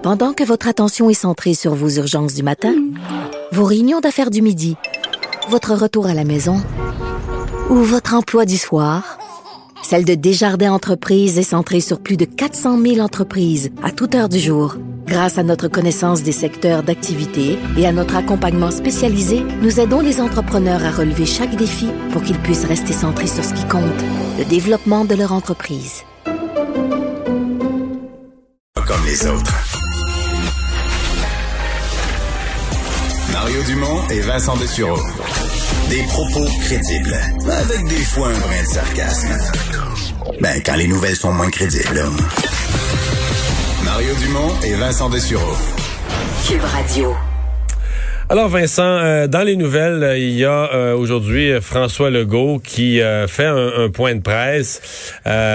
Pendant que votre attention est centrée sur vos urgences du matin, vos réunions d'affaires du midi, votre retour à la maison ou votre emploi du soir, celle de Desjardins Entreprises est centrée sur plus de 400 000 entreprises à toute heure du jour. Grâce à notre connaissance des secteurs d'activité et à notre accompagnement spécialisé, nous aidons les entrepreneurs à relever chaque défi pour qu'ils puissent rester centrés sur ce qui compte, le développement de leur entreprise. Comme les autres. Mario Dumont et Vincent Dessureau. Des propos crédibles, avec des fois un brin de sarcasme. Ben, quand les nouvelles sont moins crédibles. Mario Dumont et Vincent Dessureau. Cube Radio. Alors Vincent, dans les nouvelles, il y a aujourd'hui François Legault qui fait un point de presse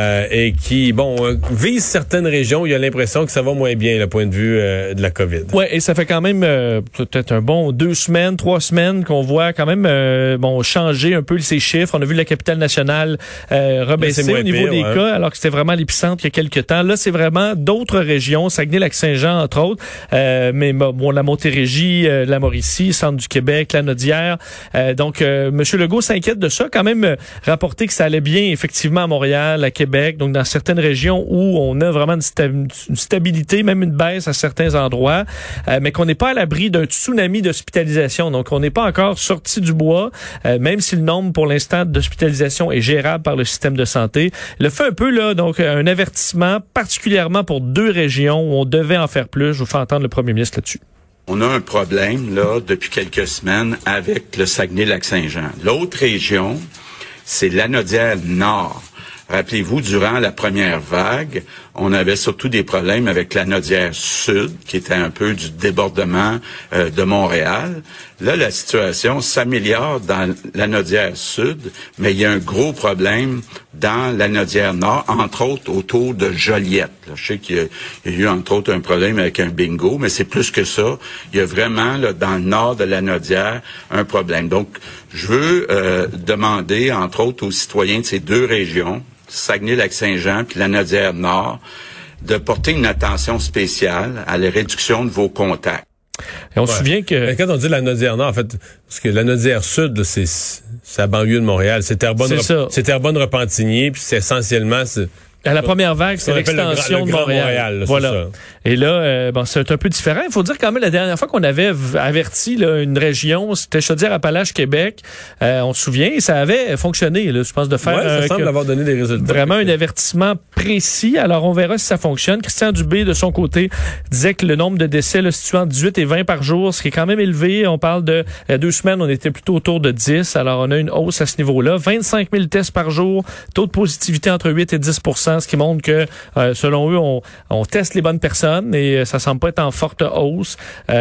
et qui, vise certaines régions. Il a l'impression que ça va moins bien, le point de vue de la COVID. Ouais, et ça fait quand même peut-être un bon 3 semaines qu'on voit quand même changer un peu ces chiffres. On a vu la capitale nationale rebaisser au niveau des cas, alors que c'était vraiment l'épicentre il y a quelques temps. Là, c'est vraiment d'autres régions, Saguenay-Lac-Saint-Jean entre autres, mais la Montérégie, la Mauricie, centre du Québec, la Naudière. Donc, M. Legault s'inquiète de ça. Quand même, rapporter que ça allait bien, effectivement, à Montréal, à Québec, donc dans certaines régions où on a vraiment une stabilité, même une baisse à certains endroits, mais qu'on n'est pas à l'abri d'un tsunami d'hospitalisation. Donc, on n'est pas encore sorti du bois, même si le nombre, pour l'instant, d'hospitalisation est gérable par le système de santé. Le fait un peu, là, donc, un avertissement, particulièrement pour 2 régions où on devait en faire plus. Je vous fais entendre le premier ministre là-dessus. On a un problème, là, depuis quelques semaines avec le Saguenay-Lac-Saint-Jean. L'autre région, c'est Lanaudière-Nord. Rappelez-vous, durant la première vague, on avait surtout des problèmes avec la Lanaudière-Sud, qui était un peu du débordement de Montréal. Là, la situation s'améliore dans la Lanaudière-Sud, mais il y a un gros problème dans la Lanaudière-Nord, entre autres autour de Joliette. Là, je sais qu'il y a eu, entre autres, un problème avec un bingo, mais c'est plus que ça. Il y a vraiment, là, dans le nord de la Lanaudière, un problème. Donc, je veux demander, entre autres, aux citoyens de ces 2 régions, Saguenay-Lac-Saint-Jean puis la Lanaudière-Nord, de porter une attention spéciale à la réduction de vos contacts. Et on se souvient que... Mais quand on dit la Naudière-Nord, en fait, parce que la Naudière-Sud, là, c'est la banlieue de Montréal. C'est Terrebonne-Repentigny, puis c'est essentiellement... À la première vague, c'est l'extension de Montréal. Voilà. Ça. Et là, c'est un peu différent. Il faut dire quand même, la dernière fois qu'on avait averti là, une région, c'était Chaudière-Appalaches, Québec. On se souvient, et ça avait fonctionné, là, je pense, de faire... ça semble avoir donné des résultats. Vraiment un avertissement précis. Alors, on verra si ça fonctionne. Christian Dubé, de son côté, disait que le nombre de décès là, situé entre 18 et 20 par jour, ce qui est quand même élevé. On parle de 2 semaines, on était plutôt autour de 10. Alors, on a une hausse à ce niveau-là. 25 000 tests par jour, taux de positivité entre 8 et 10 %, ce qui montre que, selon eux, on teste les bonnes personnes et ça semble pas être en forte hausse.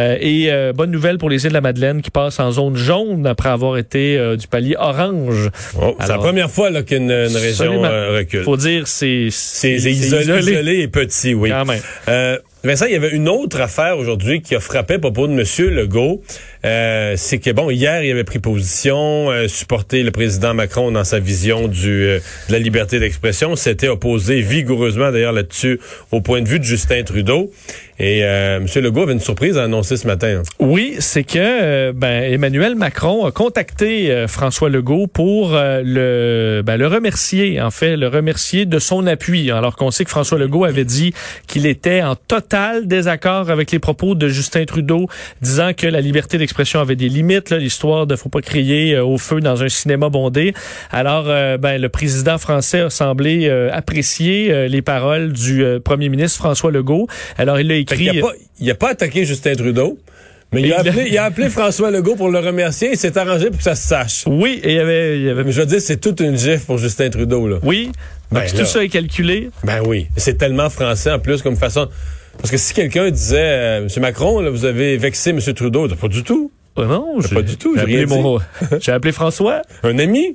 Bonne nouvelle pour les Îles-de-la-Madeleine qui passent en zone jaune après avoir été du palier orange. C'est la première fois là, qu'une région recule. Faut dire, c'est isolé et petit, oui. Quand même. Vincent, il y avait une autre affaire aujourd'hui qui a frappé à propos de M. Legault. C'est que, hier, il avait pris position, supporté le président Macron dans sa vision de la liberté d'expression. S'était opposé vigoureusement, d'ailleurs, là-dessus, au point de vue de Justin Trudeau. Et M. Legault avait une surprise à annoncer ce matin. Oui, c'est que Emmanuel Macron a contacté François Legault pour le remercier de son appui. Alors qu'on sait que François Legault avait dit qu'il était en total désaccord avec les propos de Justin Trudeau, disant que la liberté d'expression avait des limites, là, l'histoire de faut pas crier au feu dans un cinéma bondé. Alors, le président français a semblé apprécier les paroles du premier ministre François Legault. Alors, il l'a écrit... Il a pas attaqué Justin Trudeau, mais il a appelé François Legault pour le remercier et s'est arrangé pour que ça se sache. Oui, et il y avait... Mais je veux dire, c'est toute une gifle pour Justin Trudeau, là. Oui, tout ça est calculé. Ben oui, c'est tellement français en plus comme façon... Parce que si quelqu'un disait, M. Macron, là, vous avez vexé M. Trudeau, pas du tout. Non, pas du tout. J'ai appelé François. Un ami.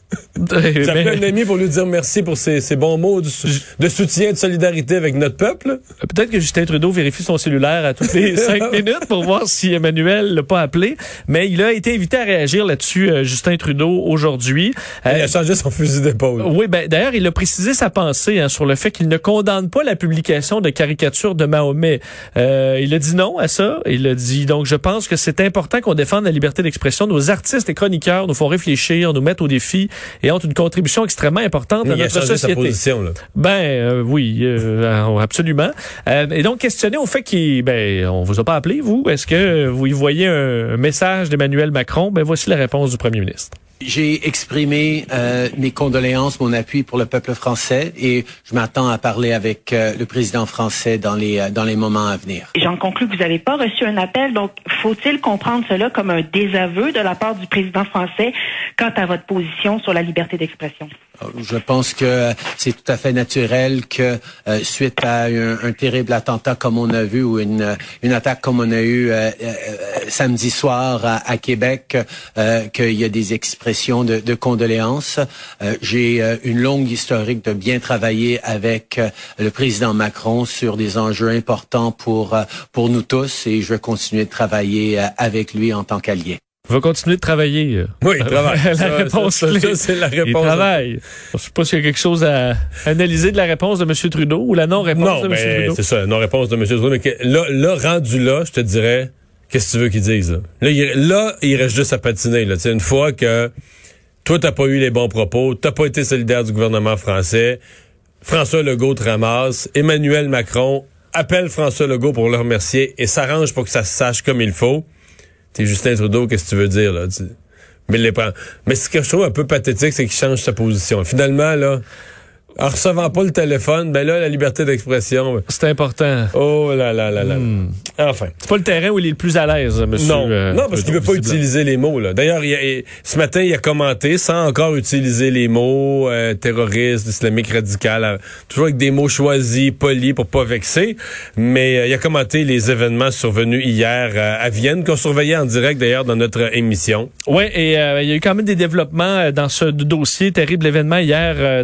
J'ai appelé un ami pour lui dire merci pour ses bons mots de soutien, de solidarité avec notre peuple. Peut-être que Justin Trudeau vérifie son cellulaire à toutes les 5 minutes pour voir si Emmanuel l'a pas appelé. Mais il a été invité à réagir là-dessus, Justin Trudeau, aujourd'hui. Il a changé son fusil d'épaule. Oui, d'ailleurs, il a précisé sa pensée sur le fait qu'il ne condamne pas la publication de caricatures de Mahomet. Il a dit non à ça. Il a dit, donc, je pense que c'est important qu'on défende la liberté d'expression. Nos artistes et chroniqueurs nous font réfléchir, nous mettent au défi et ont une contribution extrêmement importante dans notre société. Sa position, là. Oui, absolument. Et donc, questionné au fait on vous a pas appelé, vous. Est-ce que vous y voyez un message d'Emmanuel Macron? Voici la réponse du premier ministre. J'ai exprimé mes condoléances, mon appui pour le peuple français et je m'attends à parler avec le président français dans les moments à venir. J'en conclus que vous n'avez pas reçu un appel, donc faut-il comprendre cela comme un désaveu de la part du président français quant à votre position sur la liberté d'expression? Je pense que c'est tout à fait naturel que suite à un terrible attentat comme on a vu ou une attaque comme on a eu samedi soir à Québec, qu'il y a des expressions de condoléances. J'ai une longue historique de bien travailler avec le président Macron sur des enjeux importants pour nous tous et je vais continuer de travailler avec lui en tant qu'allié. Il va continuer de travailler. Oui, il travaille. La réponse c'est la réponse. Il travaille. Je ne sais pas s'il y a quelque chose à analyser de la réponse de M. Trudeau ou la non-réponse de M. Trudeau. C'est ça, la non-réponse de M. Trudeau. Mais là, rendu là, je te dirais, qu'est-ce que tu veux qu'il dise? Là, il reste juste à patiner. Là. Une fois que toi, t'as pas eu les bons propos, t'as pas été solidaire du gouvernement français, François Legault te ramasse, Emmanuel Macron appelle François Legault pour le remercier et s'arrange pour que ça se sache comme il faut. T'es Justin Trudeau, qu'est-ce que tu veux dire, là? Mais ce que je trouve un peu pathétique, c'est qu'il change sa position. Finalement, là, en recevant pas le téléphone, la liberté d'expression. C'est important. Oh là là là là. Enfin. C'est pas le terrain où il est le plus à l'aise, monsieur. Non, parce qu'il veut pas utiliser les mots, là. D'ailleurs, ce matin, il a commenté sans encore utiliser les mots terroriste, islamique radical, toujours avec des mots choisis, polis pour pas vexer. Mais il a commenté les événements survenus hier à Vienne, qu'on surveillait en direct d'ailleurs dans notre émission. Oui, et il y a eu quand même des développements dans ce dossier, terrible événement hier,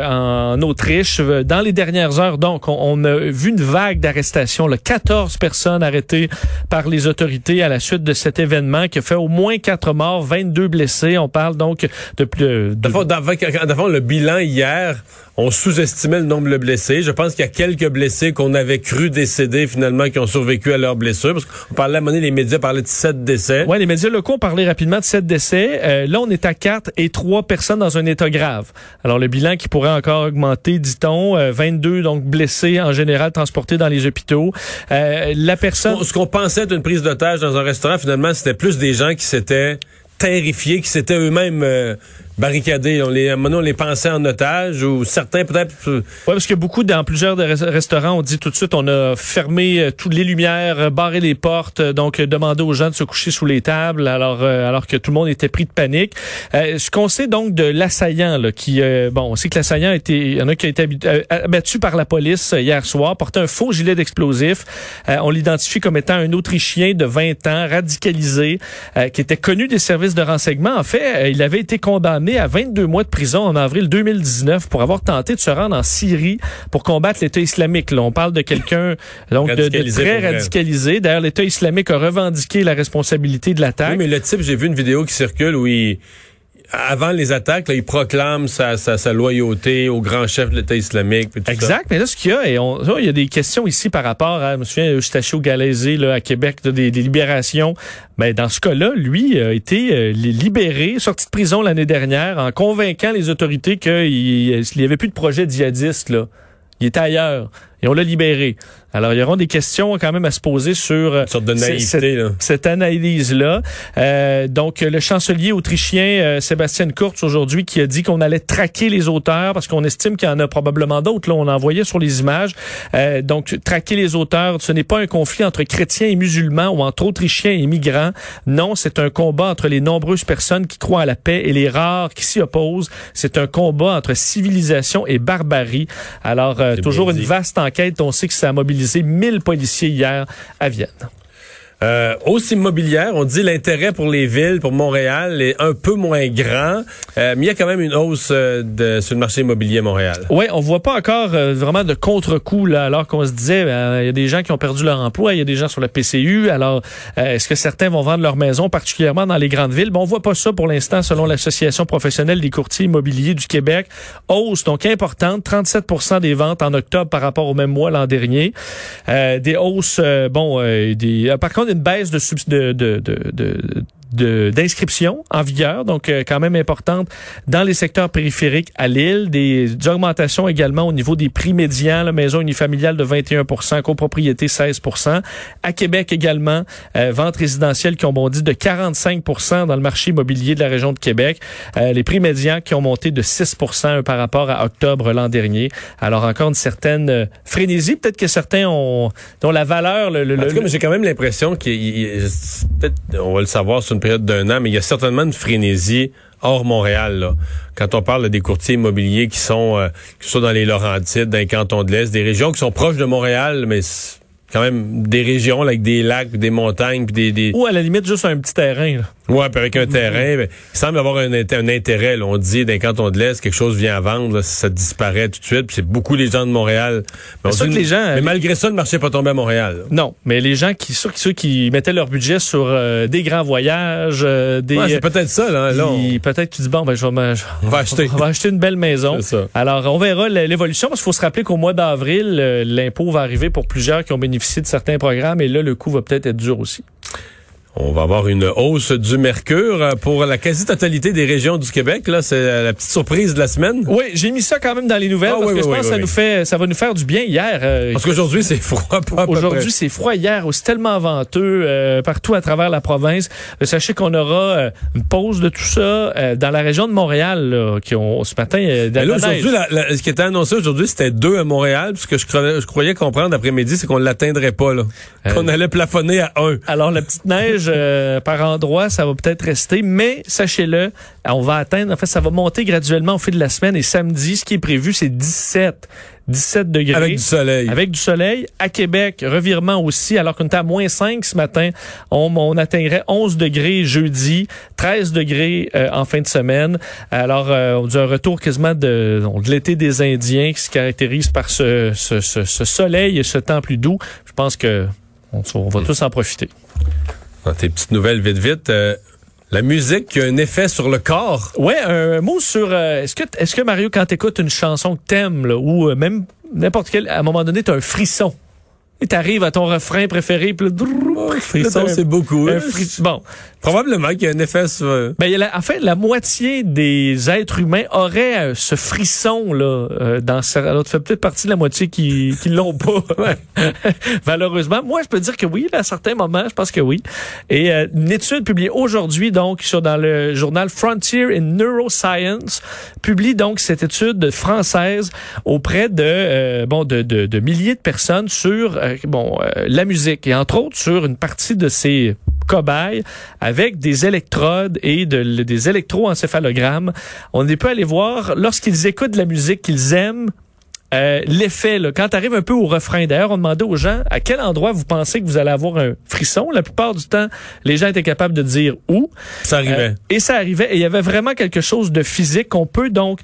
en Autriche. Dans les dernières heures, donc, on a vu une vague d'arrestations. 14 personnes arrêtées par les autorités à la suite de cet événement qui a fait au moins 4 morts, 22 blessés. On parle donc de D'abord, le bilan hier, on sous-estimait le nombre de blessés. Je pense qu'il y a quelques blessés qu'on avait cru décéder finalement qui ont survécu à leurs blessures. Parce qu'on parlait à un moment donné, les médias parlaient de 7 décès. Oui, les médias locaux ont parlé rapidement de 7 décès. Là, on est à 4 et 3 personnes dans un état grave. Alors, le bilan qui pourrait encore augmenter, dit-on, 22 donc blessés en général transportés dans les hôpitaux. La personne... Ce qu'on pensait être une prise d'otage dans un restaurant, finalement, c'était plus des gens qui s'étaient terrifiés, qui s'étaient eux-mêmes barricadés. On les pensait en otage ou certains peut-être... Oui, parce que dans plusieurs restaurants, on dit tout de suite, on a fermé toutes les lumières, barré les portes, donc demandé aux gens de se coucher sous les tables alors que tout le monde était pris de panique. Ce qu'on sait donc de l'assaillant, là, on sait que l'assaillant il y en a qui a été abattu par la police hier soir, portait un faux gilet d'explosifs. On l'identifie comme étant un Autrichien de 20 ans, radicalisé, qui était connu des services de renseignement. En fait, il avait été condamné à 22 mois de prison en avril 2019 pour avoir tenté de se rendre en Syrie pour combattre l'État islamique. Là, on parle de quelqu'un donc de très radicalisé. D'ailleurs, l'État islamique a revendiqué la responsabilité de l'attaque. Oui, mais le type, j'ai vu une vidéo qui circule où avant les attaques, là, il proclame sa loyauté au grand chef de l'État islamique. Tout exact, ça. Mais là, ce qu'il y a, il y a des questions ici par rapport à, je me souviens, Eustachio Galeazzi là, à Québec, des libérations. Mais dans ce cas-là, lui a été libéré, sorti de prison l'année dernière, en convainquant les autorités qu'il n'y avait plus de projet djihadiste, là. Il était ailleurs. Et on l'a libéré. Alors, il y aura des questions quand même à se poser sur une sorte de naïveté, cette analyse-là. Donc, le chancelier autrichien Sébastien Kurz aujourd'hui qui a dit qu'on allait traquer les auteurs parce qu'on estime qu'il y en a probablement d'autres. Là, on en voyait sur les images. Donc, traquer les auteurs, ce n'est pas un conflit entre chrétiens et musulmans ou entre Autrichiens et migrants. Non, c'est un combat entre les nombreuses personnes qui croient à la paix et les rares qui s'y opposent. C'est un combat entre civilisation et barbarie. Alors, toujours une vaste enquête. On sait que ça a mobilisé 1000 policiers hier à Vienne. Hausse immobilière, on dit l'intérêt pour les villes, pour Montréal, est un peu moins grand, mais il y a quand même une hausse sur le marché immobilier à Montréal. Oui, on voit pas encore vraiment de contre-coup, là, alors qu'on se disait, il y a des gens qui ont perdu leur emploi, il y a des gens sur la PCU, alors est-ce que certains vont vendre leur maison, particulièrement dans les grandes villes? Bon, on voit pas ça pour l'instant, selon l'Association professionnelle des courtiers immobiliers du Québec. Hausse, donc importante, 37% des ventes en octobre par rapport au même mois l'an dernier. Des hausses, par contre, une baisse d'inscription en vigueur, donc quand même importante dans les secteurs périphériques à Lille. Des augmentations également au niveau des prix médians, la maison unifamiliale de 21%, copropriété 16%. À Québec également, ventes résidentielles qui ont bondi de 45% dans le marché immobilier de la région de Québec. Les prix médians qui ont monté de 6% par rapport à octobre l'an dernier. Alors encore une certaine frénésie. Peut-être que certains dont la valeur... En tout cas, mais j'ai quand même l'impression peut-être on va le savoir sur une période d'un an, mais il y a certainement une frénésie hors Montréal, là. Quand on parle des courtiers immobiliers qui sont dans les Laurentides, dans les cantons de l'Est, des régions qui sont proches de Montréal, mais quand même des régions là, avec des lacs, puis des montagnes, puis des... Ou à la limite juste un petit terrain, là. Ouais, puis avec un terrain, il semble avoir un intérêt. Là. On dit, dans les cantons de l'Est, quelque chose vient à vendre, là, ça disparaît tout de suite. Puis c'est beaucoup les gens de Montréal. Mais malgré ça, le marché n'est pas tombé à Montréal. Là. Non, mais les gens ceux qui mettaient leur budget sur des grands voyages, c'est peut-être ça. Là peut-être tu dis, bon, je vais acheter une belle maison. C'est ça. Alors, on verra l'évolution, parce qu'il faut se rappeler qu'au mois d'avril, l'impôt va arriver pour plusieurs qui ont bénéficié de certains programmes, et là, le coût va peut-être être dur aussi. On va avoir une hausse du mercure pour la quasi-totalité des régions du Québec. Là, c'est la petite surprise de la semaine. Oui, j'ai mis ça quand même dans les nouvelles parce que je pense que ça va nous faire du bien hier. Parce qu'aujourd'hui, c'est froid. Aujourd'hui, c'est froid. Hier, c'est tellement venteux partout à travers la province. Sachez qu'on aura une pause de tout ça dans la région de Montréal, là, qui ont ce matin. Aujourd'hui, ce qui était annoncé aujourd'hui, c'était 2 à Montréal. Parce que je croyais comprendre après-midi, c'est qu'on ne l'atteindrait pas. Là. Qu'on allait plafonner à 1. Alors, la petite neige par endroit, ça va peut-être rester, mais sachez-le, on va atteindre, en fait, ça va monter graduellement au fil de la semaine, et samedi, ce qui est prévu, c'est 17 degrés. Avec du soleil. Avec du soleil. À Québec, revirement aussi, alors qu'on était à -5 ce matin, on atteindrait 11 degrés jeudi, 13 degrés en fin de semaine. Alors, on dit un retour quasiment de l'été des Indiens qui se caractérise par ce soleil et ce temps plus doux. Je pense que on va tous en profiter. Dans tes petites nouvelles vite, la musique qui a un effet sur le corps. Ouais, un mot sur... Est-ce que Mario, quand t'écoutes une chanson que t'aimes, là, ou même n'importe quelle, à un moment donné, t'as un frisson. Et t'arrives à ton refrain préféré, puis le frisson, c'est beaucoup. Bon. Probablement qu'il y a un effet sur... en fait, la moitié des êtres humains auraient ce frisson-là. Alors, tu fais peut-être partie de la moitié qui l'ont pas. Malheureusement. Moi, je peux dire que oui, à certains moments, je pense que oui. Et une étude publiée aujourd'hui, donc, dans le journal Frontier in Neuroscience, publie donc cette étude française auprès de milliers de personnes sur la musique, et entre autres sur une partie de ces cobayes avec des électrodes et des électroencéphalogrammes. On peut aller voir, lorsqu'ils écoutent de la musique qu'ils aiment, l'effet, là, quand tu arrives un peu au refrain. D'ailleurs, on demandait aux gens à quel endroit vous pensez que vous allez avoir un frisson. La plupart du temps, les gens étaient capables de dire où. Ça arrivait. Et ça arrivait. Et il y avait vraiment quelque chose de physique qu'on peut donc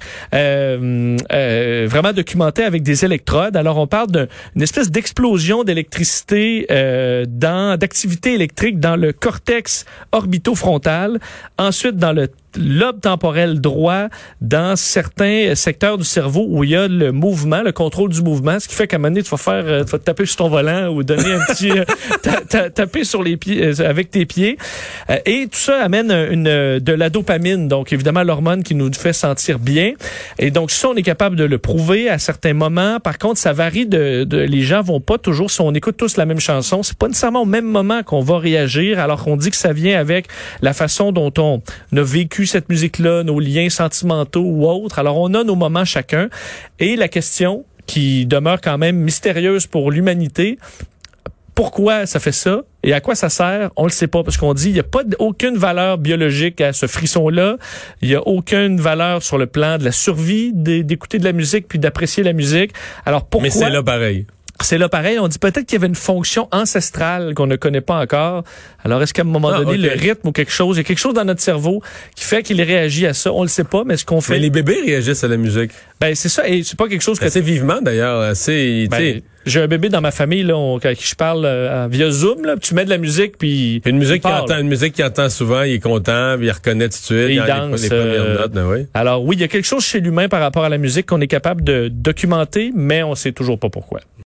vraiment documenter avec des électrodes. Alors, on parle d'une espèce d'explosion d'électricité, d'activité électrique dans le cortex orbitofrontal. Ensuite, dans le lobe temporel droit, dans certains secteurs du cerveau où il y a le mouvement, le contrôle du mouvement, ce qui fait qu'à un moment donné, tu vas taper sur ton volant ou donner un petit taper sur les pieds avec tes pieds. Et tout ça amène de la dopamine, donc évidemment l'hormone qui nous fait sentir bien. Et donc ça, on est capable de le prouver à certains moments. Par contre, ça varie les gens vont pas toujours, si on écoute tous la même chanson, c'est pas nécessairement au même moment qu'on va réagir, alors qu'on dit que ça vient avec la façon dont on a vécu cette musique-là, nos liens sentimentaux ou autres. Alors, on a nos moments chacun. Et la question qui demeure quand même mystérieuse pour l'humanité, pourquoi ça fait ça et à quoi ça sert, on le sait pas, parce qu'on dit il n'y a pas aucune valeur biologique à ce frisson-là, il y a aucune valeur sur le plan de la survie, d'écouter de la musique puis d'apprécier la musique. Alors pourquoi? Mais c'est là pareil. C'est là pareil, on dit peut-être qu'il y avait une fonction ancestrale qu'on ne connaît pas encore. Alors, est-ce qu'à un moment donné, le rythme ou quelque chose, il y a quelque chose dans notre cerveau qui fait qu'il réagit à ça? On le sait pas, mais ce qu'on fait... Mais les bébés réagissent à la musique. Ben, c'est ça, et c'est pas quelque chose que... Assez vivement, d'ailleurs, assez... J'ai un bébé dans ma famille, là, à qui je parle via Zoom, là, tu mets de la musique, puis... Une musique qu'il entend souvent, il est content, puis il reconnaît tout de suite. Il danse. Les premières notes, oui. Alors oui, il y a quelque chose chez l'humain par rapport à la musique qu'on est capable de documenter, mais on sait toujours pas pourquoi.